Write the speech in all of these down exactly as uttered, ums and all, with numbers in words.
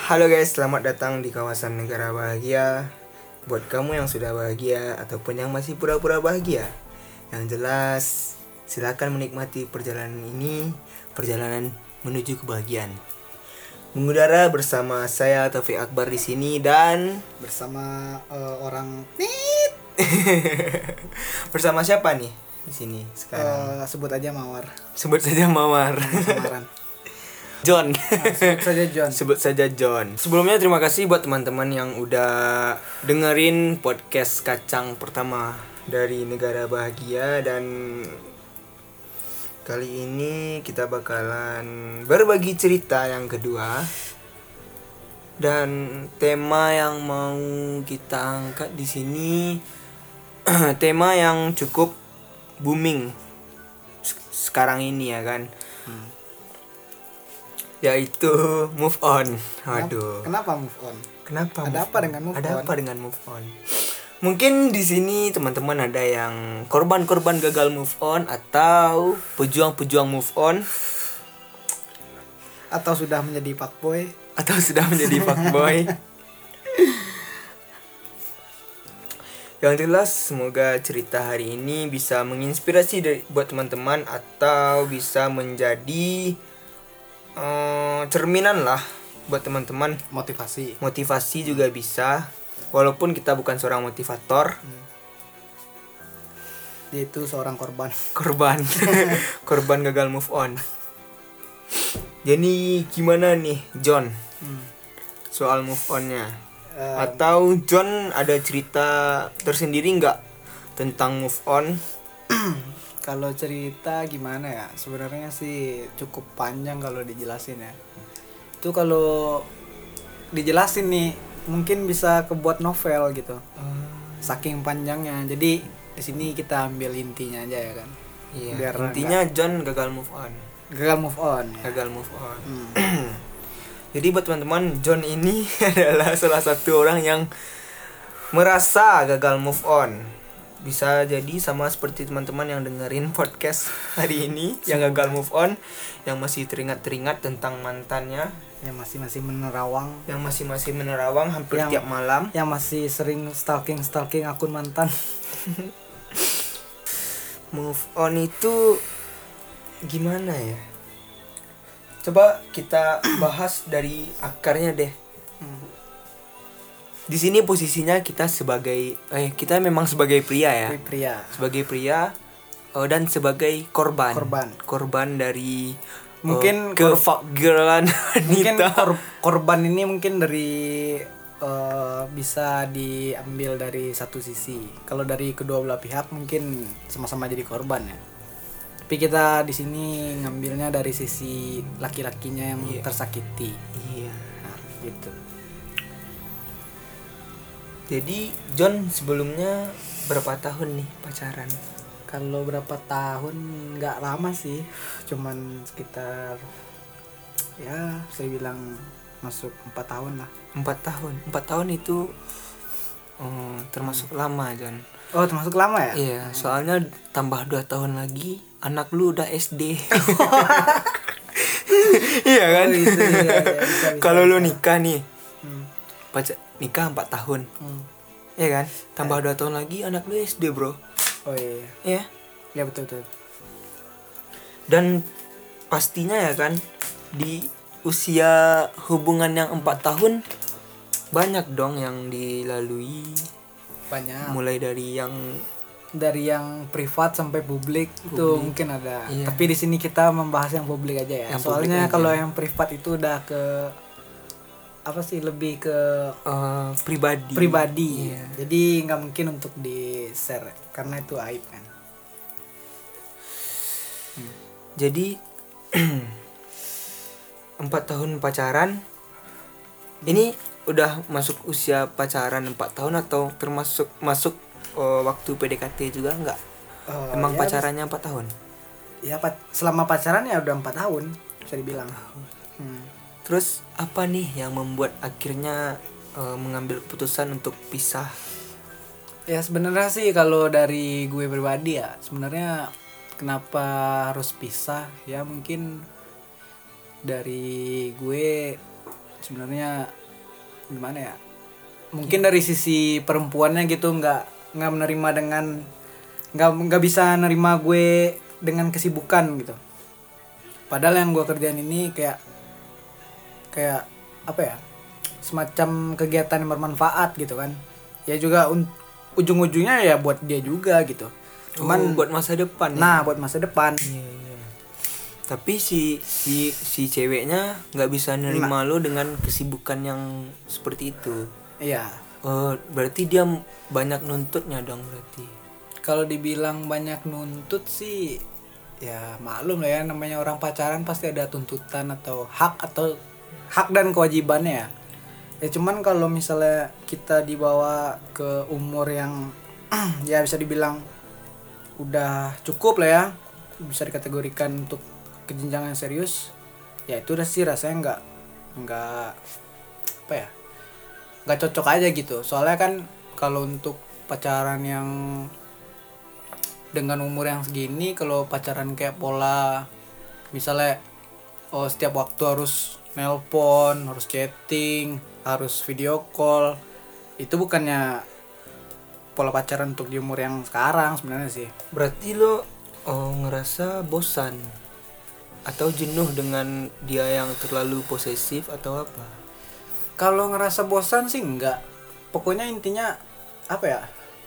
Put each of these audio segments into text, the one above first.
Halo guys, selamat datang di kawasan negara bahagia. Buat kamu yang sudah bahagia ataupun yang masih pura-pura bahagia, yang jelas silakan menikmati perjalanan ini, perjalanan menuju kebahagiaan. Mengudara bersama saya Taufik Akbar di sini dan bersama uh, orang tit bersama siapa nih di sini sekarang? Uh, sebut aja Mawar. Sebut saja Mawar. Samaran. John. Nah, sebut saja John. Sebut saja John. Sebelumnya terima kasih buat teman-teman yang udah dengerin podcast Kacang pertama dari Negara Bahagia, dan kali ini kita bakalan berbagi cerita yang kedua. Dan tema yang mau kita angkat di sini tema yang cukup booming sekarang ini ya kan. Hmm. Yaitu move on. Waduh. Kenapa move on? Kenapa? Ada apa dengan move on? Ada on? apa dengan move on? Mungkin di sini teman-teman ada yang korban-korban gagal move on atau pejuang-pejuang move on, atau sudah menjadi fuckboy, atau sudah menjadi fuckboy. Yang jelas semoga cerita hari ini bisa menginspirasi dari, buat teman-teman, atau bisa menjadi Uh, cerminan lah buat teman-teman. Motivasi. Motivasi juga bisa, walaupun kita bukan seorang motivator. Hmm. Dia itu seorang korban. Korban. Korban gagal move on. Jadi gimana nih John? Hmm. Soal move onnya. Um, Atau John ada cerita tersendiri nggak tentang move on? Kalau cerita gimana ya, sebenarnya sih cukup panjang kalau dijelasin ya. Itu kalau dijelasin nih mungkin bisa kebuat novel gitu. Hmm. Saking panjangnya. Jadi di sini kita ambil intinya aja ya kan. Iya. Biar intinya enggak... John gagal move on. Gagal move on. Ya. Gagal move on. Hmm. Jadi buat teman-teman, John ini adalah salah satu orang yang merasa gagal move on. Bisa jadi sama seperti teman-teman yang dengerin podcast hari ini, yang gagal move on, yang masih teringat-teringat tentang mantannya, yang masih-masih menerawang, yang masih-masih menerawang hampir yang, tiap malam, yang masih sering stalking-stalking akun mantan. Move on itu gimana ya? Coba kita bahas dari akarnya deh. Hmm. Di sini posisinya kita sebagai eh kita memang sebagai pria ya. Pria. Sebagai pria uh, dan sebagai korban. Korban. Korban dari mungkin uh, ke fuck girlan wanita. Mungkin kor- korban ini mungkin dari uh, bisa diambil dari satu sisi. Kalau dari kedua belah pihak mungkin sama-sama jadi korban ya. Tapi kita di sini ngambilnya dari sisi laki-lakinya yang yeah. tersakiti. Iya. Nah, gitu. Jadi John sebelumnya berapa tahun nih pacaran? Kalau berapa tahun nggak lama sih, cuman sekitar ya saya bilang masuk empat tahun lah. Empat tahun, empat tahun itu oh, termasuk hmm. lama John. Oh termasuk lama ya? Iya, hmm. soalnya tambah dua tahun lagi anak lu udah S D. Iya kan? Oh, itu, iya, iya, kalau lu nikah nih, hmm. pacar nikah empat tahun, hmm. ya kan? Tambah dua tahun lagi anak lu S D bro. Oh iya. Iya. Ya betul betul. Dan pastinya ya kan, di usia hubungan yang empat tahun banyak dong yang dilalui. Banyak. Mulai dari yang dari yang privat sampai publik, publik. Itu mungkin ada. Iya. Tapi di sini kita membahas yang publik aja ya. Yang soalnya kalau yang privat itu udah ke apa sih, lebih ke uh, pribadi pribadi yeah. Jadi nggak mungkin untuk di share karena itu aib kan. hmm. Jadi empat tahun pacaran ini udah masuk usia pacaran empat tahun atau termasuk masuk uh, waktu P D K T juga nggak? Uh, Emang ya, pacarannya empat tahun? Ya selama pacaran ya udah empat tahun bisa dibilang. hmm. Terus apa nih yang membuat akhirnya uh, mengambil keputusan untuk pisah? Ya sebenarnya sih kalau dari gue pribadi ya, sebenarnya kenapa harus pisah ya, mungkin dari gue sebenarnya gimana ya, mungkin dari sisi perempuannya gitu nggak nggak menerima dengan nggak nggak bisa nerima gue dengan kesibukan gitu. Padahal yang gue kerjain ini kayak kayak apa ya, semacam kegiatan yang bermanfaat gitu kan. Ya juga un- ujung-ujungnya ya buat dia juga gitu. Cuman oh, buat masa depan. nah buat masa depan. Iya, iya. Tapi si si si ceweknya nggak bisa nerima lo dengan kesibukan yang seperti itu. Iya. Oh, berarti dia banyak nuntutnya dong berarti. Kalau dibilang banyak nuntut sih ya maklum lah ya, namanya orang pacaran pasti ada tuntutan atau hak atau hak dan kewajibannya ya. Ya cuman kalau misalnya kita dibawa ke umur yang ya bisa dibilang udah cukup lah ya, bisa dikategorikan untuk kejenjang yang serius, ya itu udah sih rasanya nggak nggak apa ya, nggak cocok aja gitu. Soalnya kan kalau untuk pacaran yang dengan umur yang segini, kalau pacaran kayak pola misalnya oh setiap waktu harus nelpon, harus chatting, harus video call, itu bukannya pola pacaran untuk di umur yang sekarang sebenarnya sih. Berarti lo oh, ngerasa bosan atau jenuh dengan dia yang terlalu posesif atau apa? Kalau ngerasa bosan sih enggak. Pokoknya intinya apa ya?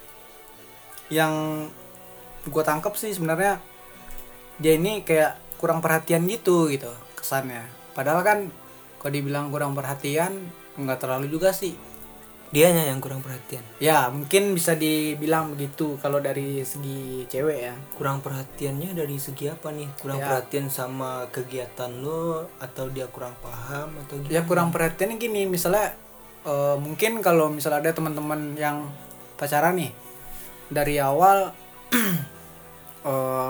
Yang gue tangkap sih sebenarnya dia ini kayak kurang perhatian gitu gitu kesannya. Padahal kan kalau dibilang kurang perhatian enggak terlalu juga sih. Dianya yang kurang perhatian. Ya mungkin bisa dibilang begitu kalau dari segi cewek ya. Kurang perhatiannya dari segi apa nih? Kurang Ya. perhatian sama kegiatan lo atau dia kurang paham atau gimana? Ya kurang perhatiannya gini, misalnya uh, mungkin kalau misalnya ada teman-teman yang pacaran nih dari awal uh,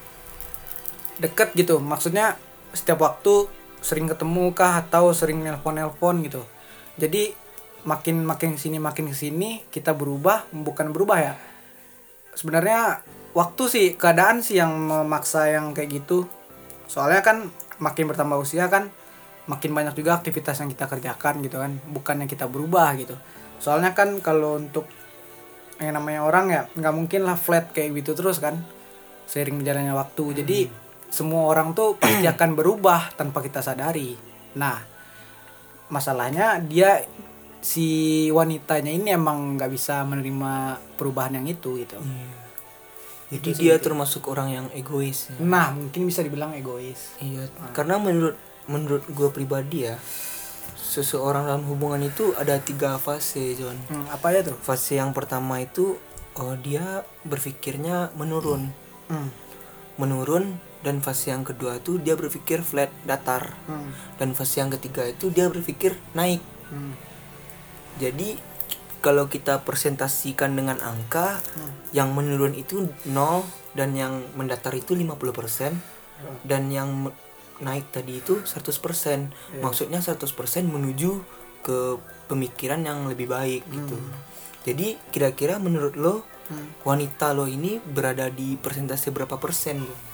deket gitu, maksudnya setiap waktu sering ketemu kah atau sering nelpon-nelpon gitu. Jadi makin makin kesini makin kesini kita berubah, bukan berubah ya. Sebenarnya waktu sih, keadaan sih yang memaksa yang kayak gitu. Soalnya kan makin bertambah usia kan makin banyak juga aktivitas yang kita kerjakan gitu kan, bukannya kita berubah gitu. Soalnya kan kalau untuk yang namanya orang ya nggak mungkin lah flat kayak gitu terus kan, seiring berjalannya waktu. Jadi semua orang tuh pasti akan berubah tanpa kita sadari. Nah masalahnya dia si wanitanya ini emang nggak bisa menerima perubahan yang itu gitu. Iya. Jadi Itu dia sih. termasuk orang yang egois. Ya? Nah mungkin bisa dibilang egois. Iya. Karena menurut menurut gue pribadi ya, seseorang dalam hubungan itu ada tiga fase, John. Hmm, apa ya tuh? Fase yang pertama itu oh, dia berpikirnya menurun, Hmm. menurun, dan fase yang kedua itu dia berpikir flat, datar, Hmm. dan fase yang ketiga itu dia berpikir naik. Hmm. Jadi kalau kita presentasikan dengan angka, Hmm. yang menurun itu nol dan yang mendatar itu lima puluh persen Hmm. dan yang me- naik tadi itu seratus persen. Yeah. Maksudnya seratus persen menuju ke pemikiran yang lebih baik gitu. Hmm. Jadi kira-kira menurut lo Hmm. wanita lo ini berada di persentase berapa persen lo?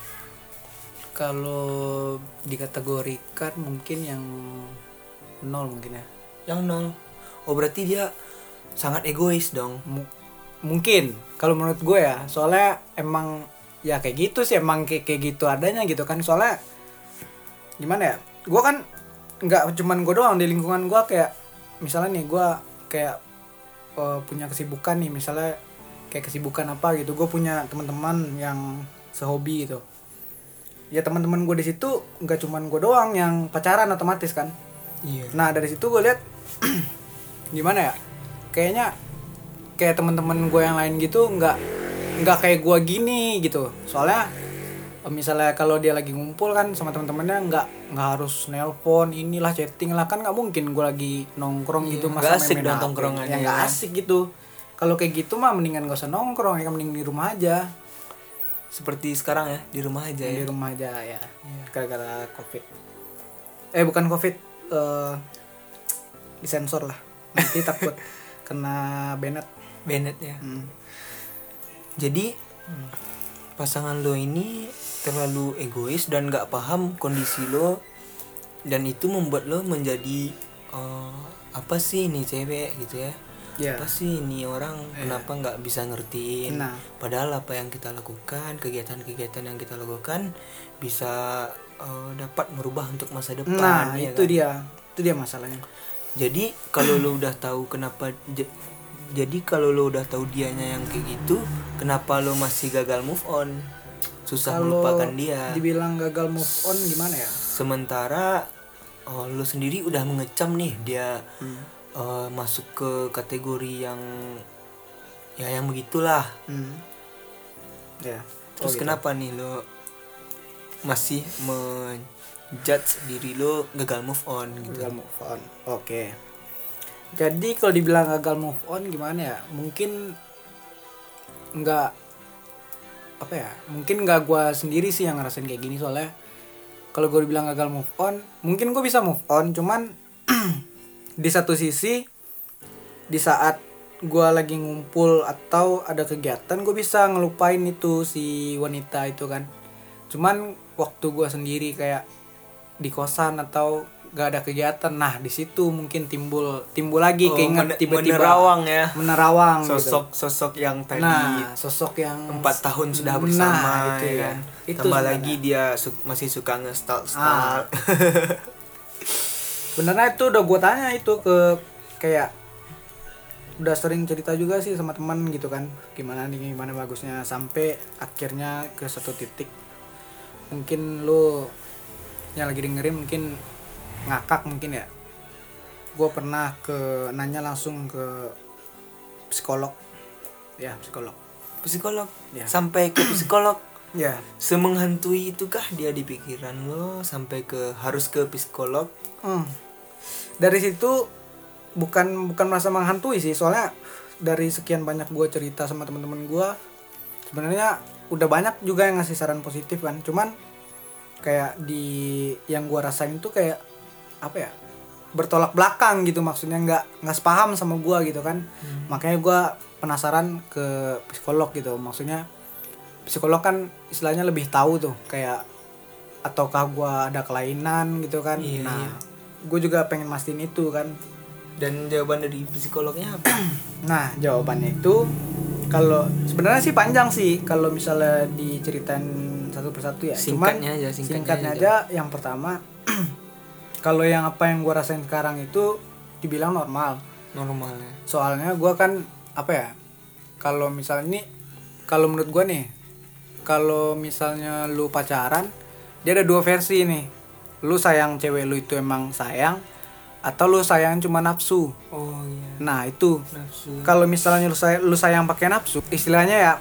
Kalau dikategorikan mungkin yang nol mungkin ya. Yang nol. Oh berarti dia sangat egois dong. M- mungkin kalau menurut gue ya, soalnya emang ya kayak gitu sih, emang kayak kayak gitu adanya gitu kan. Soalnya gimana ya, gue kan nggak cuman gue doang di lingkungan gue, kayak misalnya nih gue kayak uh, punya kesibukan nih, misalnya kayak kesibukan apa gitu, gue punya teman-teman yang sehobi gitu. Ya teman-teman gue di situ nggak cuman gue doang yang pacaran otomatis kan. Iya. Nah dari situ gue lihat gimana ya, kayaknya kayak teman-teman gue yang lain gitu nggak nggak kayak gue gini gitu. Soalnya misalnya kalau dia lagi ngumpul kan sama teman-temannya nggak nggak harus nelpon inilah chatting lah, kan nggak mungkin gue lagi nongkrong Iya, gitu nggak masa asik main-main dong H P. tongkrongannya, Ya nggak ya. asik gitu. Kalau kayak gitu mah mendingan gak usah nongkrong, ya mending di rumah aja. Seperti sekarang ya, di rumah aja Di ya. rumah aja ya. Iya. Gara-gara covid. Eh bukan covid, eh disensor lah. Nanti takut kena Bennett. Bennett ya. Hmm. Jadi pasangan lo ini terlalu egois dan gak paham kondisi lo, dan itu membuat lo menjadi oh, apa sih ini cewek gitu ya, Ya. apa sih ini orang Iya. kenapa nggak bisa ngertiin, Nah. padahal apa yang kita lakukan, kegiatan-kegiatan yang kita lakukan bisa eh, dapat merubah untuk masa depan. Nah, ya itu kan? dia. Itu dia masalahnya. Jadi kalau lo udah tahu kenapa j- jadi kalau lo udah tahu dianya yang kayak gitu, kenapa lo masih gagal move on, susah Kalau melupakan dia. dibilang gagal move on gimana ya? Sementara oh, lo sendiri udah mengecam nih dia Hmm. eh, masuk ke kategori yang ya yang begitulah. Hmm. Ya. Terus Oh, gitu. kenapa nih lo masih menjudge diri lo gagal move on gitu? Gagal move on. Oke. Jadi kalau dibilang gagal move on gimana ya? Mungkin nggak apa ya? Mungkin nggak gue sendiri sih yang ngerasain kayak gini, soalnya kalau gue bilang gagal move on, mungkin gue bisa move on, cuman di satu sisi di saat gue lagi ngumpul atau ada kegiatan gue bisa ngelupain itu si wanita itu kan. Cuman waktu gue sendiri kayak di kosan atau gak ada kegiatan, nah di situ mungkin timbul timbul lagi Oh, keinget men- tiba-tiba menerawang ya. menerawang gitu. Sosok-sosok yang tadi Nah, sosok yang empat tahun sudah Nah, bersama itu ya ya. kan. Itu Tambah sebenarnya. lagi dia su- masih suka nge-stalk Ah. stalk. Sebenarnya itu udah gue tanya itu ke kayak udah sering cerita juga sih sama teman gitu kan, gimana nih gimana bagusnya, sampai akhirnya ke satu titik mungkin lu yang lagi dengerin mungkin ngakak mungkin ya. Gue pernah ke nanya langsung ke psikolog, ya psikolog. Psikolog. Ya. Sampai ke psikolog. Ya. Semenghantui itukah dia di pikiran lo sampai ke harus ke psikolog? Hmm. Dari situ bukan bukan merasa menghantui sih, soalnya dari sekian banyak gue cerita sama teman-teman gue, sebenarnya udah banyak juga yang ngasih saran positif kan. Cuman kayak di yang gue rasain tuh kayak apa ya, bertolak belakang gitu, maksudnya nggak nggak sepaham sama gue gitu kan. Hmm. Makanya gue penasaran ke psikolog gitu, maksudnya psikolog kan istilahnya lebih tahu tuh kayak ataukah gue ada kelainan gitu kan. Iya, nah iya. gue juga pengen mastiin itu kan. Dan jawaban dari psikolognya apa? Nah jawabannya itu kalau sebenarnya sih panjang sih kalau misalnya diceritain satu persatu ya. Singkatnya Cuman aja, singkatnya singkatnya aja. aja. Yang pertama kalau yang apa yang gue rasain sekarang itu dibilang normal. Normalnya. Soalnya gue kan apa ya, kalau misalnya nih, kalau menurut gue nih, kalau misalnya lu pacaran, dia ada dua versi nih. Lu sayang cewek lu itu emang sayang, atau lu sayang cuma nafsu. Oh iya. Nah itu Nafsu. kalau misalnya lu sayang, lu sayang pakai nafsu, istilahnya ya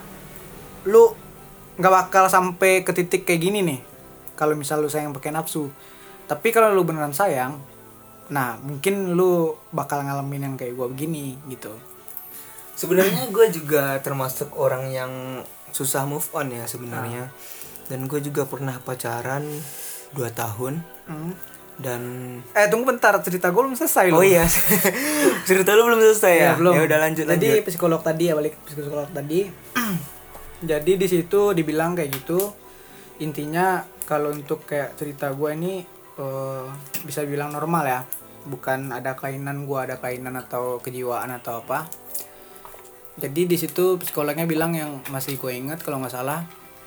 lu nggak bakal sampai ke titik kayak gini nih. Kalau misal lu sayang pakai nafsu, tapi kalau lu beneran sayang, nah mungkin lu bakal ngalamin yang kayak gue begini gitu. Sebenarnya gue juga termasuk orang yang susah move on ya sebenarnya. Dan gue juga pernah pacaran dua tahun. Hmm. Dan Eh tunggu bentar, cerita gue belum selesai loh. oh iya. Cerita lu belum selesai ya? Ya, belum. Ya udah lanjut Jadi lanjut. psikolog tadi ya, balik ke psikolog tadi. Jadi di situ dibilang kayak gitu. Intinya kalau untuk kayak cerita gue ini uh, bisa bilang normal ya. Bukan ada kelainan gue, ada kelainan atau kejiwaan atau apa. Jadi di situ psikolognya bilang yang masih gue ingat kalau nggak salah.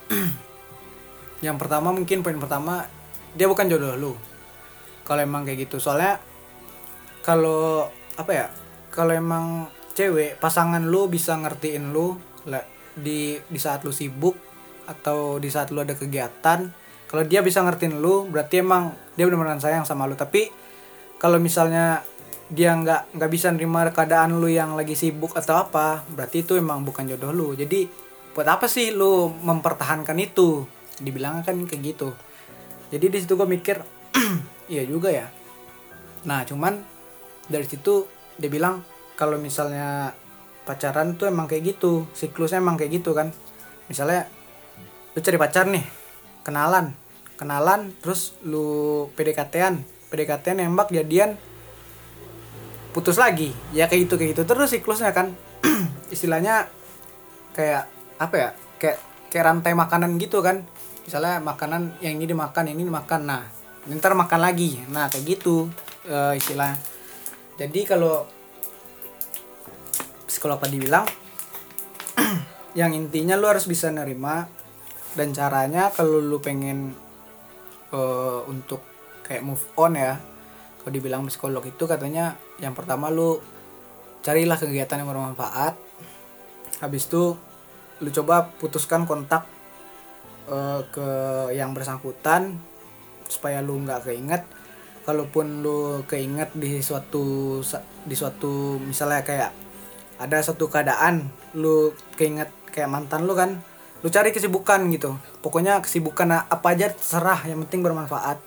Yang pertama mungkin poin pertama, dia bukan jodoh lu. Kalau emang kayak gitu, soalnya kalau apa ya, kalau emang cewek pasangan lu bisa ngertiin lu lah, di di saat lu sibuk atau di saat lu ada kegiatan, kalau dia bisa ngertiin lu berarti emang dia benar-benar sayang sama lu. Tapi kalau misalnya dia nggak nggak bisa nerima keadaan lu yang lagi sibuk atau apa, berarti itu emang bukan jodoh lu. Jadi buat apa sih lu mempertahankan itu? Dibilang kan kayak gitu. Jadi di situ gue mikir iya juga ya. Nah cuman dari situ dia bilang kalau misalnya pacaran tuh emang kayak gitu, siklusnya emang kayak gitu kan. Misalnya lu cari pacar nih, kenalan kenalan terus lu P D K T-an P D K T-an nembak, jadian, putus lagi, ya kayak gitu kayak gitu terus siklusnya kan. Istilahnya kayak apa ya, kayak kayak rantai makanan gitu kan. Misalnya makanan yang ini dimakan, yang ini dimakan, nah ntar makan lagi, nah kayak gitu e, istilah. Jadi kalau psikolog tadi bilang yang intinya lu harus bisa nerima, dan caranya kalau lu pengen uh, untuk kayak move on ya, kalau dibilang psikolog itu katanya yang pertama lu carilah kegiatan yang bermanfaat. Habis itu lu coba putuskan kontak uh, ke yang bersangkutan supaya lu nggak keinget. Kalaupun lu keinget di suatu di suatu misalnya kayak ada suatu keadaan lu keinget kayak mantan lu kan, lu cari kesibukan gitu. Pokoknya kesibukan apa aja terserah, yang penting bermanfaat.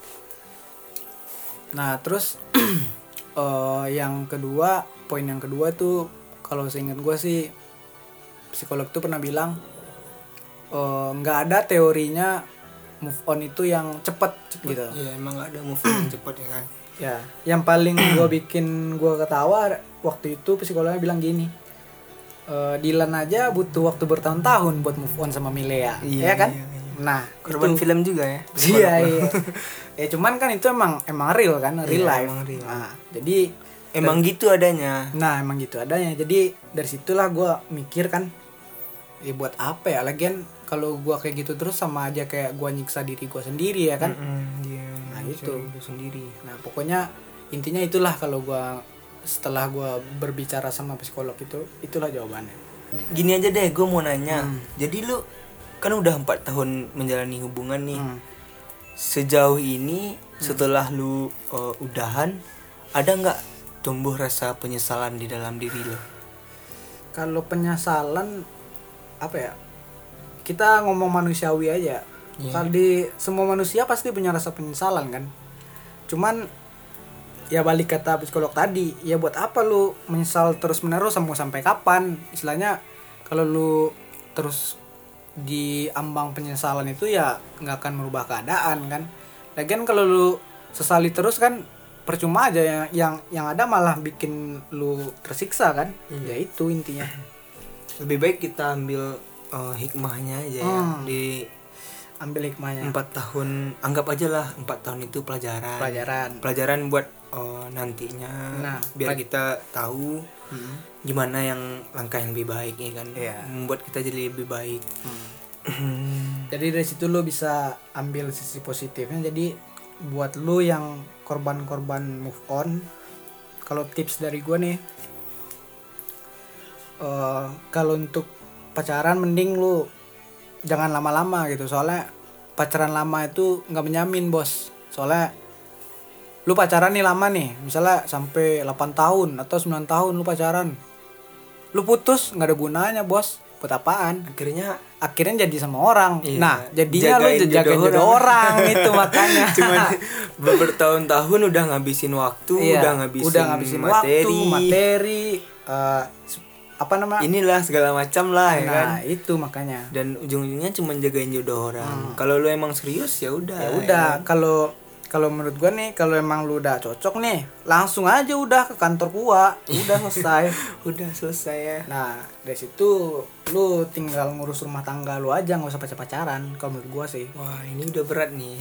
Nah terus uh, yang kedua, poin yang kedua tuh kalau seingat gue sih psikolog tuh pernah bilang nggak uh, ada teorinya move on itu yang cepet, cepet gitu. Iya emang nggak ada move on yang cepet ya kan. Ya yang paling gue bikin gue ketawa waktu itu psikolognya bilang gini, e, Dylan aja butuh waktu bertahun-tahun buat move on sama Milea, iya, ya kan? Iya, iya. Nah korban itu film juga ya. Iya iya. Ya cuman kan itu emang emang real kan, real iya, life. Emang real. Nah jadi emang dan, gitu adanya. Nah emang gitu adanya. Jadi dari situlah gue mikir kan, ya buat apa ya, lagian kalau gue kayak gitu terus sama aja kayak gue nyiksa diri gue sendiri ya kan. Mm-hmm, yeah, nah itu sendiri. Nah pokoknya intinya itulah, kalau gue setelah gue berbicara sama psikolog itu, itulah jawabannya. Gini aja deh, gue mau nanya. Hmm. Jadi lu kan udah empat tahun menjalani hubungan nih. Hmm. Sejauh ini hmm. setelah lu uh, udahan, ada nggak tumbuh rasa penyesalan di dalam diri lo? Kalau penyesalan apa ya? Kita ngomong manusiawi aja. Yeah. Kalau di semua manusia pasti punya rasa penyesalan kan. Cuman ya balik kata psikolog tadi, ya buat apa lu menyesal terus menerus, mau sampai kapan? Istilahnya kalau lu terus di ambang penyesalan itu ya nggak akan merubah keadaan kan. Lagian kalau lu sesali terus kan percuma aja, yang yang yang ada malah bikin lu tersiksa kan. Yeah. Ya itu intinya. Lebih baik kita ambil uh, hikmahnya aja ya. Hmm. Di ambil hikmahnya. Empat tahun, anggap aja lah empat tahun itu pelajaran. Pelajaran. Pelajaran buat uh, nantinya. Nah, biar pelaj- kita tahu hmm. gimana yang langkah yang lebih baik ya kan. Yeah. Membuat kita jadi lebih baik. Hmm. Jadi dari situ lo bisa ambil sisi positifnya. Jadi buat lo yang korban-korban move on, kalau tips dari gue nih, uh, kalau untuk pacaran mending lu jangan lama-lama gitu, soalnya pacaran lama itu nggak menjamin bos. Soalnya lu pacaran nih lama nih, misalnya sampai delapan tahun atau sembilan tahun lu pacaran, lu putus nggak ada gunanya bos. Buat apaan? Akhirnya akhirnya jadi sama orang. Iya, nah jadinya jagain lu jagain jodoh, jodoh orang. orang itu makanya. Cuman bertahun-tahun udah ngabisin waktu, iya, udah ngabisin, udah ngabisin materi, waktu, materi, uh, apa nama? Inilah segala macam lah ya nah, kan. Nah itu makanya. Dan ujung-ujungnya cuma jagain jodoh orang. Hmm. Kalau lu emang serius ya udah. Ya udah. Kalau ya. Kalau menurut gua nih, kalau emang lu udah cocok nih, langsung aja udah ke kantor gua, udah selesai. Udah selesai ya. Nah dari situ lu tinggal ngurus rumah tangga lu aja, nggak usah pacar-pacaran. Kalau menurut gua sih. Wah ini udah berat nih.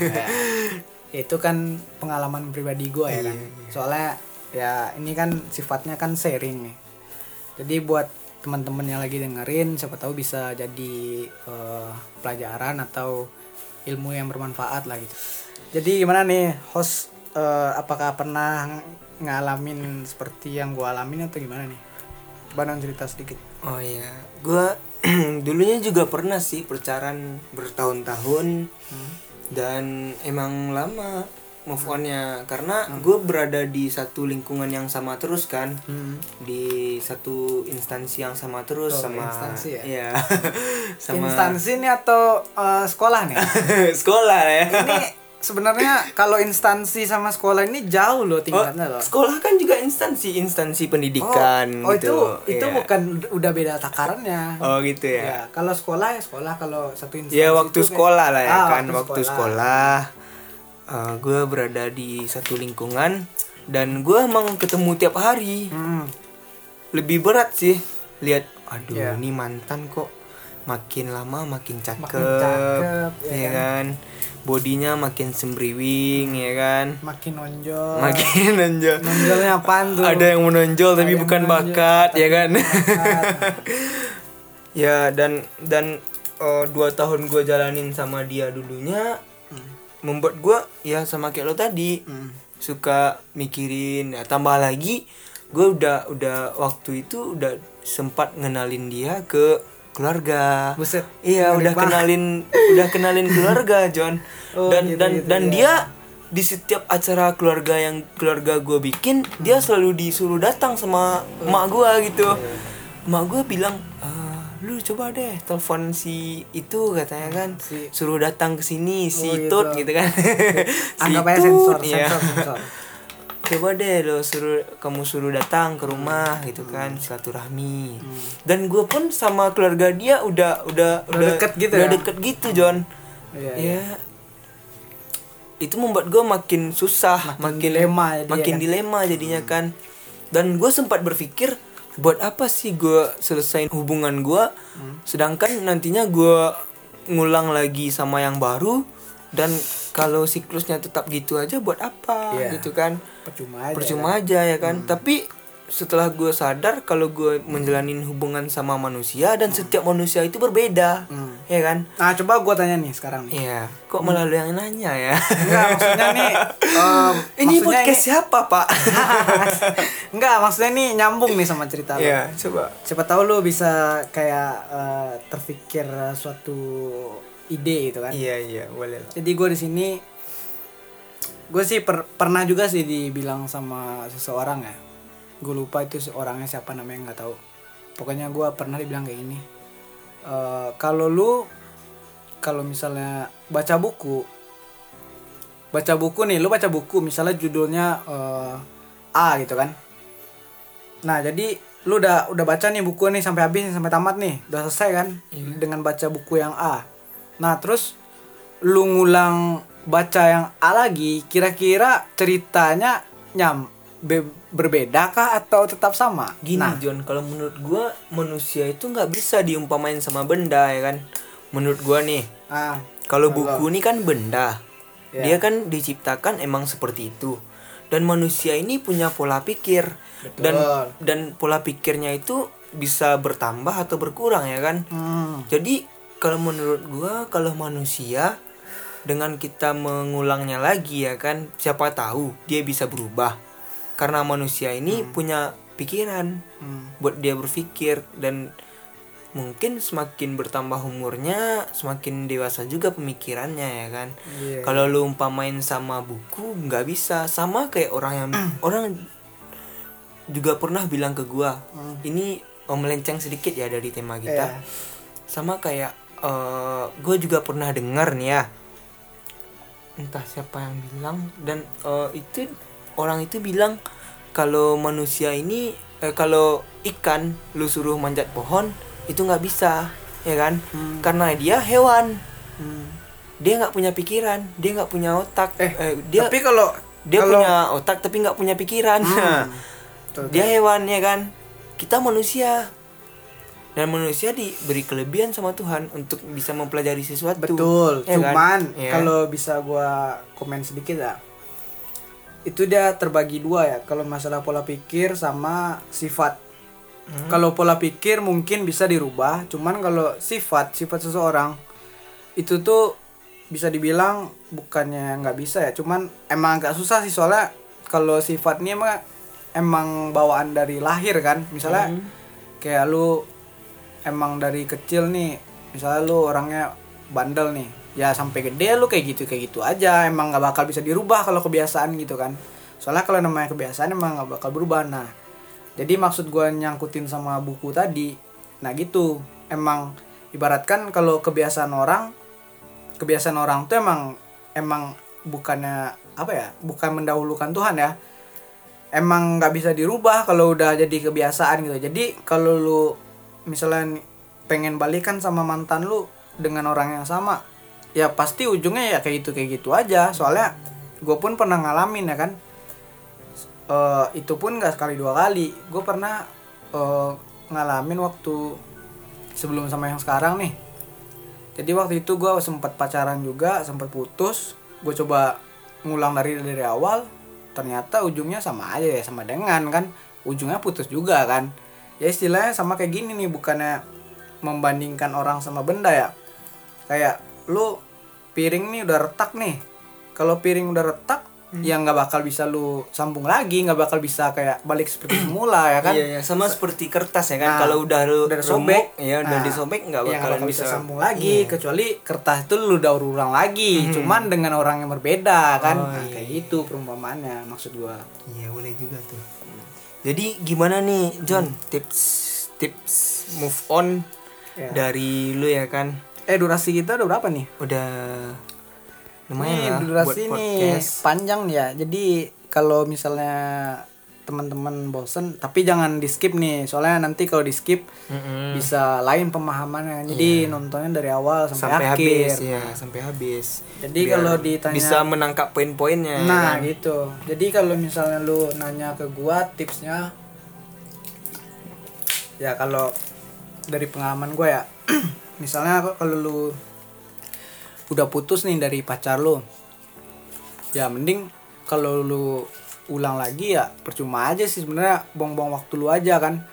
Ya, itu kan pengalaman pribadi gua ya kan. Soalnya ya ini kan sifatnya kan sharing nih. Jadi buat teman-teman yang lagi dengerin, siapa tahu bisa jadi uh, pelajaran atau ilmu yang bermanfaat lah gitu. Jadi gimana nih host, uh, apakah pernah ngalamin seperti yang gue alamin atau gimana nih? Coba dong cerita sedikit. Oh iya, gue dulunya juga pernah sih pacaran bertahun-tahun. hmm. Dan emang lama move onnya, karena hmm. gue berada di satu lingkungan yang sama terus kan. hmm. Di satu instansi yang sama terus. Oh, sama instansi ya? Iya. Sama instansi nih atau uh, sekolah nih? Sekolah ya. Ini sebenarnya kalau instansi sama sekolah ini jauh loh tingkatnya oh, loh. Sekolah kan juga instansi instansi pendidikan. Oh, oh gitu. itu itu yeah. bukan udah beda takarannya. Oh gitu ya. Ya kalau sekolah ya sekolah, kalau satu instansi. Ya waktu sekolah kayak, lah ya ah, kan waktu, waktu sekolah, sekolah uh, gue berada di satu lingkungan dan gue emang ketemu tiap hari. Hmm. Lebih berat sih lihat, aduh yeah. ini mantan kok makin lama makin cakep, Makin cakep, ya ya kan? kan, bodinya makin sembriwing, ya kan, Makin nonjol. makin nonjol. Nonjolnya apaan tuh? Ada yang menonjol Ada tapi yang bukan menonjol, bakat, tapi ya kan. bukan bakat. Ya, dan dan uh, dua tahun gue jalanin sama dia dulunya Hmm. membuat gue ya sama kayak lo tadi, Hmm. suka mikirin. Ya, tambah lagi gue udah udah waktu itu udah sempat ngenalin dia ke keluarga. Buset. Iya, Ngeri udah banget. kenalin udah kenalin keluarga, John. Oh, dan gitu, dan gitu, dan ya. dia di setiap acara keluarga yang keluarga gue bikin, dia selalu disuruh datang sama emak gue gitu. Emak gue bilang, "Ah, lu coba deh telepon si itu," katanya kan, Si- suruh datang ke sini si Oh, Tut gitu. gitu kan. Si Anggap aja Tut, sensor, iya. sensor, sensor. Coba deh lo suruh kamu suruh datang ke rumah gitu kan, silaturahmi. Hmm. Dan gue pun sama keluarga dia udah udah Udah deket gitu udah ya? deket gitu, John. Iya, Ya, iya. itu membuat gue makin susah, Makin makin dilema jadinya makin kan? dilema jadinya kan. Dan gue sempat berpikir, buat apa sih gue selesain hubungan gue, Hmm. sedangkan nantinya gue ngulang lagi sama yang baru, dan kalau siklusnya tetap gitu aja buat apa, Iya. gitu kan. Percuma aja. Percuma kan? aja ya kan. Tapi setelah gue sadar kalau gue menjalanin hubungan sama manusia, dan setiap manusia itu berbeda, Hmm. ya kan. Nah, coba gua tanya nih sekarang nih. Iya, kok malah lu yang nanya ya? Enggak, maksudnya nih em, Ini maksudnya podcast siapa, Pak? Enggak, maksudnya nih nyambung nih sama cerita lu. Iya, coba. Siapa tahu lu bisa kayak eh, terpikir suatu ide gitu kan. Iya, iya, boleh lah. Jadi gue di sini gue sih per- pernah juga sih dibilang sama seseorang ya. Gue lupa itu orangnya siapa namanya, nggak tahu. Pokoknya gue pernah dibilang kayak gini. Eh, kalau lu kalau misalnya baca buku, baca buku nih, lu baca buku misalnya judulnya eh, A gitu kan. Nah, jadi lu udah udah baca nih buku nih sampai habis nih, sampai tamat nih, udah selesai kan Iya. dengan baca buku yang A. Nah, terus lu ngulang baca yang A lagi, kira-kira ceritanya nyam be- berbeda kah atau tetap sama? Gini, Nah, John, kalau menurut gua manusia itu nggak bisa diumpamain sama benda, ya kan. Menurut gua nih, ah, kalau Kalau- buku ini kan benda. Ya. Dia kan diciptakan emang seperti itu. Dan manusia ini punya pola pikir. Betul. Dan dan pola pikirnya itu bisa bertambah atau berkurang, ya kan. hmm, Jadi kalau menurut gua, kalau manusia dengan kita mengulangnya lagi, ya kan, siapa tahu dia bisa berubah. Karena manusia ini punya pikiran hmm, buat dia berpikir, dan mungkin semakin bertambah umurnya semakin dewasa juga pemikirannya, ya kan. iya. Kalau lu umpamain sama buku, nggak bisa. Sama kayak orang yang orang juga pernah bilang ke gua, Hmm. ini oh, melenceng sedikit ya dari tema kita. Iya. Sama kayak eh gue juga pernah dengar nih ya, entah siapa yang bilang, dan eh, itu orang itu bilang kalau manusia ini eh, kalau ikan lu suruh manjat pohon itu nggak bisa, ya kan. Hmm. Karena dia hewan, Hmm. dia nggak punya pikiran, dia nggak punya otak. Eh, Eh, dia tapi kalau dia kalau- punya otak tapi nggak punya pikiran. Hmm. Betul, Dia betul. hewan, ya kan. Kita manusia, dan manusia diberi kelebihan sama Tuhan untuk bisa mempelajari sesuatu. Betul, ya kan? cuman Ya. kalau bisa gua komen sedikit ya. Itu dia terbagi dua ya, kalau masalah pola pikir sama sifat. Hmm. Kalau pola pikir mungkin bisa dirubah, cuman kalau sifat, sifat seseorang itu tuh bisa dibilang bukannya nggak bisa ya, cuman emang agak susah sih, soalnya kalau sifat ini emang emang bawaan dari lahir kan. Misalnya Hmm. kayak lu emang dari kecil nih, misalnya lu orangnya bandel nih, ya sampai gede lu kayak gitu kayak gitu aja, emang nggak bakal bisa dirubah kalau kebiasaan gitu kan. Soalnya kalau namanya kebiasaan emang nggak bakal berubah. Nah, jadi maksud gua nyangkutin sama buku tadi, nah gitu, emang ibaratkan kalau kebiasaan orang kebiasaan orang tuh emang emang bukannya apa ya, bukan mendahulukan Tuhan ya, emang nggak bisa dirubah kalau udah jadi kebiasaan gitu. Jadi kalau lu misalnya pengen balikan sama mantan lu dengan orang yang sama, ya pasti ujungnya ya kayak gitu kayak gitu aja. Soalnya gue pun pernah ngalamin ya kan. Eh, itu pun nggak sekali dua kali. Gue pernah eh, ngalamin waktu sebelum sama yang sekarang nih. Jadi waktu itu gue sempat pacaran juga, sempat putus. Gue coba ngulang dari dari awal, ternyata ujungnya sama aja ya, sama dengan kan, ujungnya putus juga kan. Ya istilahnya sama kayak gini nih, bukannya membandingkan orang sama benda ya. Kayak lu piring nih udah retak nih, kalau piring udah retak hmm. ya nggak bakal bisa lu sambung lagi, nggak bakal bisa kayak balik seperti semula ya kan. Iya, iya. Sama S- seperti kertas ya kan, nah, kalau udah lu udah sobek ya udah nah, disobek nggak bakal, ya bakal bisa, bisa sambung lagi. Iya. Kecuali kertas itu lu daur ulang lagi, hmm. cuman dengan orang yang berbeda kan. Oh, nah, iya. Kayak gitu perumpamaannya maksud gua. Iya boleh juga tuh. Jadi gimana nih John, hmm. tips tips move on ya. Dari lu ya kan. Eh durasi kita udah berapa nih? Udah lumayan nih, lah durasi buat nih podcast. Panjang ya. Jadi kalau misalnya teman-teman bosen, tapi jangan di skip nih, soalnya nanti kalau di skip mm-hmm. bisa lain pemahamannya. Jadi yeah. nontonnya dari awal sampai, sampai akhir. habis ya, sampai habis. Jadi kalau ditanya bisa menangkap poin-poinnya. Nah, kan? gitu. Jadi kalau misalnya lu nanya ke gua tipsnya, ya kalau dari pengalaman gua ya, misalnya kalau lu udah putus nih dari pacar lu, ya mending kalau lu ulang lagi ya percuma aja sih sebenarnya, buang-buang waktu lu aja kan.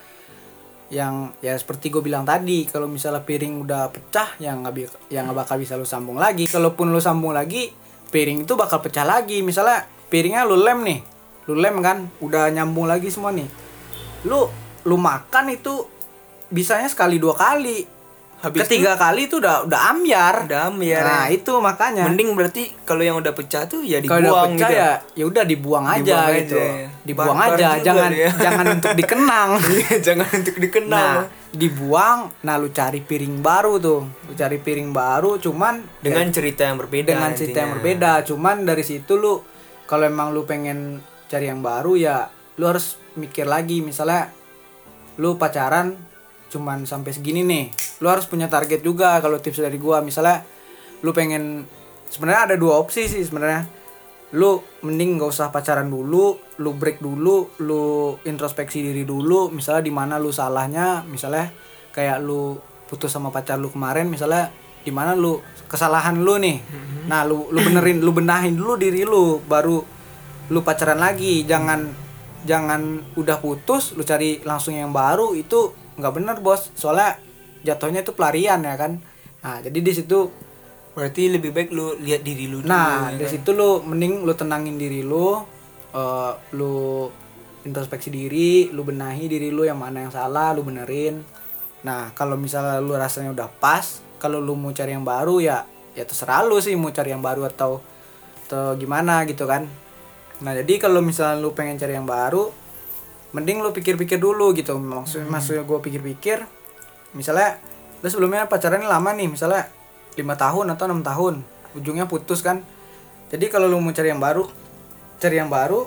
Yang ya seperti gue bilang tadi, kalau misalnya piring udah pecah ya nggak bi- ya nggak bakal bisa lu sambung lagi. Kalaupun lu sambung lagi, piring itu bakal pecah lagi. Misalnya piringnya lu lem nih, lu lem kan, udah nyambung lagi semua nih. Lu lu makan itu bisanya sekali dua kali. Habis ketiga itu, kali itu udah udah ambyar. Udah ambyar. Nah, ya. Itu makanya. Mending berarti kalau yang udah pecah tuh ya dibuang kalau udah pecah gitu. ya ya udah dibuang aja dibuang gitu. Aja, ya. Dibuang Bar-bar aja, jangan ya. jangan untuk dikenang. Jangan untuk dikenang. Nah, dibuang, nah lu cari piring baru tuh. Lu cari piring baru cuman dengan ya, cerita yang berbeda. Dengan cerita yang berbeda, cuman dari situ lu kalau emang lu pengen cari yang baru ya lu harus mikir lagi. Misalnya lu pacaran cuman sampai segini nih, lu harus punya target juga. Kalau tips dari gua, misalnya lu pengen, sebenarnya ada dua opsi sih sebenarnya. Lu mending gak usah pacaran dulu, lu break dulu, lu introspeksi diri dulu, misalnya di mana lu salahnya. Misalnya kayak lu putus sama pacar lu kemarin, misalnya di mana lu kesalahan lu nih. Mm-hmm. Nah, lu lu benerin, lu benahin dulu diri lu, baru lu pacaran lagi. Jangan jangan udah putus lu cari langsung yang baru, itu nggak bener bos, soalnya jatuhnya itu pelarian ya kan. Nah jadi di situ berarti lebih baik lu lihat diri lu dulu. Nah ya di kan? situ lu mending lu tenangin diri lu, uh, lu introspeksi diri, lu benahi diri lu, yang mana yang salah lu benerin. Nah kalau misalnya lu rasanya udah pas, kalau lu mau cari yang baru ya ya terserah lu sih mau cari yang baru atau atau gimana gitu kan. Nah jadi kalau misalnya lu pengen cari yang baru, mending lu pikir-pikir dulu gitu. Maksudnya, hmm. maksudnya gue pikir-pikir, misalnya lu sebelumnya pacarannya lama nih, misalnya lima tahun atau enam tahun, ujungnya putus kan. Jadi kalau lu mau cari yang baru, cari yang baru,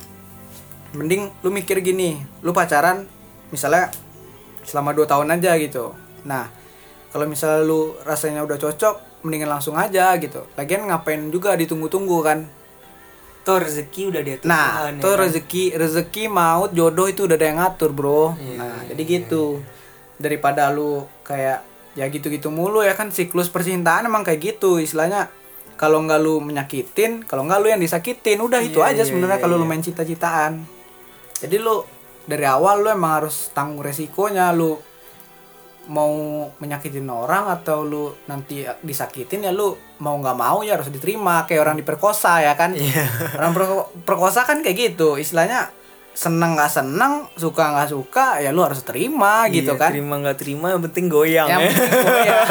mending lu mikir gini, lu pacaran misalnya selama dua tahun aja gitu. Nah kalau misalnya lu rasanya udah cocok, mendingan langsung aja gitu. Lagian ngapain juga ditunggu-tunggu kan. Tuh rezeki udah diatur nah, Tuhan. Nah, tuh ya rezeki, kan? rezeki maut, jodoh itu udah ada yang ngatur, bro. Iya, nah, iya, jadi iya. gitu. Daripada lu kayak ya gitu-gitu mulu ya kan, siklus percintaan emang kayak gitu. Istilahnya kalau enggak lu menyakitin, kalau enggak lu yang disakitin, udah iya, itu aja iya, sebenarnya iya, kalau iya. lu main cinta-cintaan. Jadi lu dari awal lu emang harus tanggung resikonya. Lu mau menyakitin orang atau lu nanti disakitin, ya lu mau nggak mau ya harus diterima. Kayak orang diperkosa ya kan. Yeah. Orang per- perkosa kan kayak gitu, istilahnya seneng nggak seneng, suka nggak suka, ya lu harus terima gitu. Iya, kan terima nggak terima yang penting goyang yang ya. penting goyang.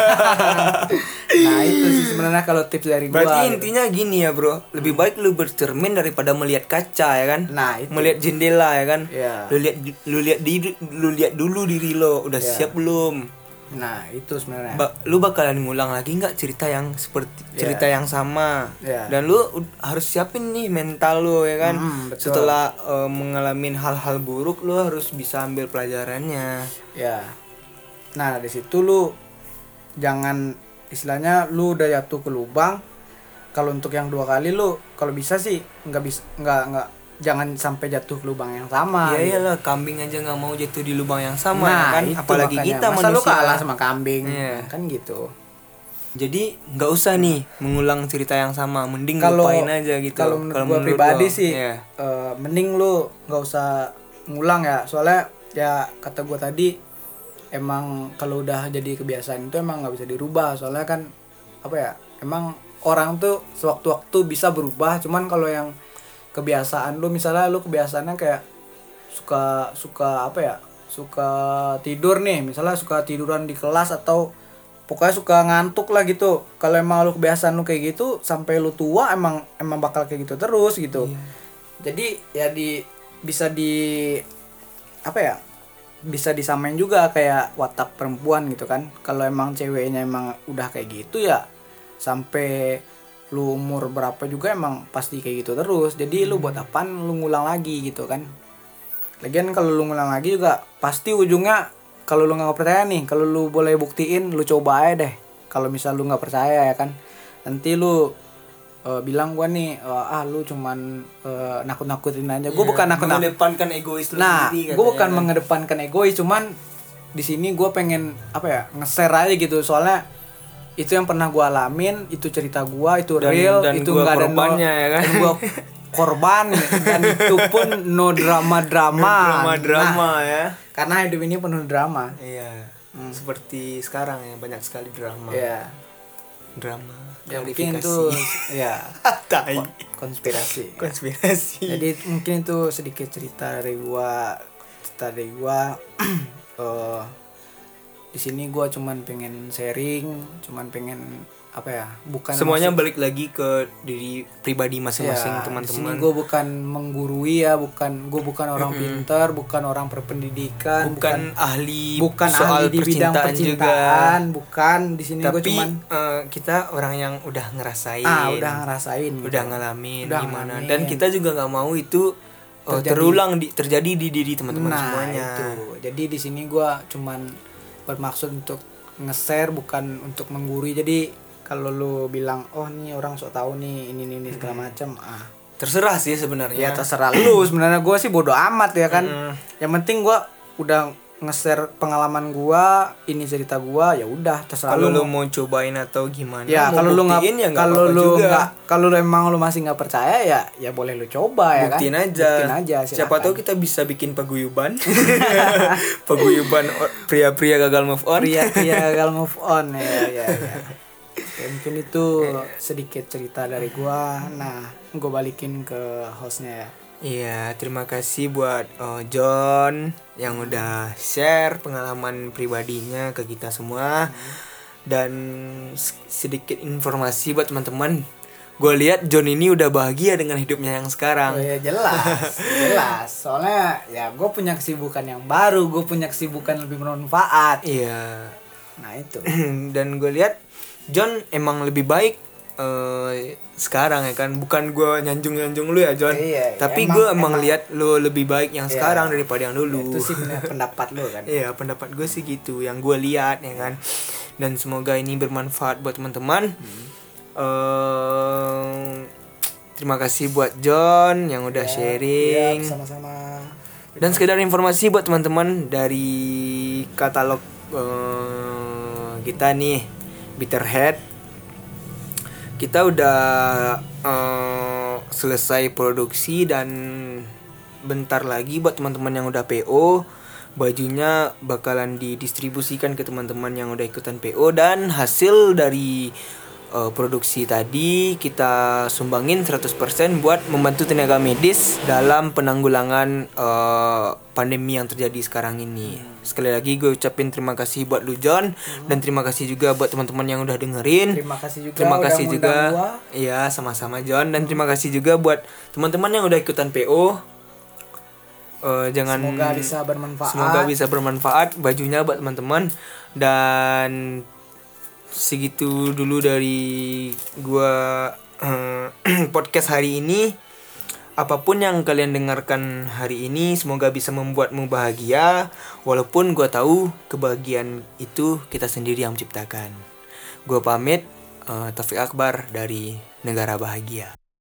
Nah itu sih sebenarnya kalau tips dari gua. Berarti intinya gitu. Gini ya bro, lebih baik lu bercermin daripada melihat kaca ya kan. Nah itu. Melihat jendela ya kan. Yeah. Lu lihat lu lihat diri, lu lihat dulu diri lo udah yeah. siap belum. Nah itu sebenarnya ba- lu bakalan ngulang lagi nggak cerita yang seperti cerita yeah. yang sama. Yeah. Dan lu u- harus siapin nih mental lu ya kan. Mm, setelah uh, mengalami hal-hal buruk, lu harus bisa ambil pelajarannya ya. Nah di situ lu jangan, istilahnya lu udah jatuh ke lubang, kalau untuk yang dua kali lu kalau bisa sih nggak bisa nggak nggak jangan sampai jatuh ke lubang yang sama. Ya gitu. iyalah, kambing aja nggak mau jatuh di lubang yang sama Nah, ya kan, itu apalagi makanya. kita Masa manusia. lu kalah sama kambing, Iya. kan gitu. Jadi nggak usah nih mengulang cerita yang sama, mending Kalau lupain aja gitu. Kalau menurut gua pribadi lo, sih, ya. eh, mending lu nggak usah ngulang ya. Soalnya ya kata gua tadi, emang kalau udah jadi kebiasaan itu emang nggak bisa dirubah. Soalnya kan apa ya? Emang orang tuh sewaktu-waktu bisa berubah. Cuman kalau yang kebiasaan lu, misalnya lu kebiasaannya kayak suka suka apa ya? Suka tidur nih, misalnya suka tiduran di kelas atau pokoknya suka ngantuk lah gitu. Kalau emang lu kebiasaan lu kayak gitu sampai lu tua, emang emang bakal kayak gitu terus gitu. Iya. Jadi ya di bisa di apa ya? Bisa disamain juga kayak watak perempuan gitu kan. Kalau emang ceweknya emang udah kayak gitu ya sampai lu umur berapa juga emang pasti kayak gitu terus. Jadi lu buat apaan lu ngulang lagi gitu kan. Lagian kalau lu ngulang lagi juga pasti ujungnya, kalau lu nggak percaya nih, kalau lu boleh buktiin, lu coba aja deh. Kalau misal lu nggak percaya ya kan, nanti lu uh, bilang gua nih, uh, ah lu cuman uh, nakut-nakutin aja. Gua Ya, bukan nakut-nakut. mengedepankan egois lu Nah, sendiri, gua katanya bukan kan. mengedepankan egois, cuman di sini gua pengen apa ya, nge-share aja gitu. Soalnya itu yang pernah gua alamin, itu cerita gua, itu Dan- real, dan itu gua nggak ada no, korbannya ya kan. dan gua korban, dan itu pun no drama-drama. Drama-drama Nah, ya. karena hidup ini penuh drama. Iya. Seperti sekarang ya, banyak sekali drama. Ya, Drama. ya mungkin Klarifikasi. itu ya Tai. konspirasi. Konspirasi. Jadi mungkin itu sedikit cerita dari gua, cerita dari gua. eh di sini gua cuman pengen sharing, cuman pengen apa ya? Bukan Semuanya maksud- balik lagi ke diri pribadi masing-masing, ya, di sini teman-teman. gua bukan menggurui ya, bukan gua bukan orang pintar, bukan orang berpendidikan, bukan, ahli bukan soal ahli di bidang percintaan percintaan, juga. bukan. Di sini gua Tapi cuman eh, kita orang yang udah ngerasain, ah udah ngerasain, gitu. udah ngalamin Udah gimana, ngalamin. dan kita juga nggak mau itu eh, Terjadi. terulang di, terjadi di diri teman-teman Nah, semuanya. itu. Jadi di sini gua cuman bermaksud untuk nge-share, bukan untuk menggurui. Jadi kalau lu bilang, oh nih orang sok tahu nih ini ini, ini segala macam, ah Terserah sih sebenarnya. ya terserah lu. Sebenarnya gua sih bodo amat ya kan. Mm. Yang penting gua udah nge-share pengalaman gua, ini cerita gua, ya udah terserah Kalau lu lu. mau cobain atau gimana, Ya mau kalau lu nggak, buktiin ya nggak kalau apa-apa lu juga. nggak, kalau lu emang lu masih nggak percaya ya, ya boleh lu coba ya Buktiin kan. aja. Buktiin aja. Siapa silakan. tahu kita bisa bikin paguyuban. Paguyuban o- pria-pria gagal move on. Pria-pria gagal move on ya, ya, ya. Ya, mungkin itu sedikit cerita dari gua. Nah, gua balikin ke hostnya ya. Iya, terima kasih buat uh, John yang udah share pengalaman pribadinya ke kita semua. Dan s- sedikit informasi buat teman-teman. Gue lihat John ini udah bahagia dengan hidupnya yang Oh sekarang. ya jelas, jelas. Soalnya ya gue punya kesibukan yang baru, gue punya kesibukan lebih bermanfaat. Iya. Nah itu. Dan gue lihat John emang lebih baik eh, sekarang ya kan. Bukan gue nyanjung-nyanjung lu ya John. Iya, iya. Tapi Emang- gue emang, emang- lihat lu lebih baik yang Iya. sekarang daripada yang dulu. Itu sih bener pendapat lo kan. Iya, pendapat gue sih gitu yang gue lihat ya kan. Dan semoga ini bermanfaat buat teman-teman. Eh, terima kasih buat John yang udah sharing. Iya, sama-sama. Dan sekedar informasi buat teman-teman dari katalog eh, kita nih, Bitterhead. Kita udah eh, selesai produksi dan bentar lagi buat teman-teman yang udah P O, bajunya bakalan didistribusikan ke teman-teman yang udah ikutan P O, dan hasil dari uh, produksi tadi kita sumbangin seratus persen buat membantu tenaga medis dalam penanggulangan uh, pandemi yang terjadi sekarang ini. Sekali lagi gue ucapin terima kasih buat lu John, dan terima kasih juga buat teman-teman yang udah dengerin. Terima kasih juga. Terima udah kasih ngundang juga. gua. Iya, sama-sama John, dan terima kasih juga buat teman-teman yang udah ikutan P O. Eh, jangan Semoga bisa bermanfaat. Semoga bisa bermanfaat bajunya buat teman-teman. Dan segitu dulu dari gua eh, podcast hari ini. Apapun yang kalian dengarkan hari ini, semoga bisa membuatmu bahagia. Walaupun gua tahu kebahagiaan itu kita sendiri yang menciptakan. Gua pamit. eh, Taufik Akbar dari Negara Bahagia.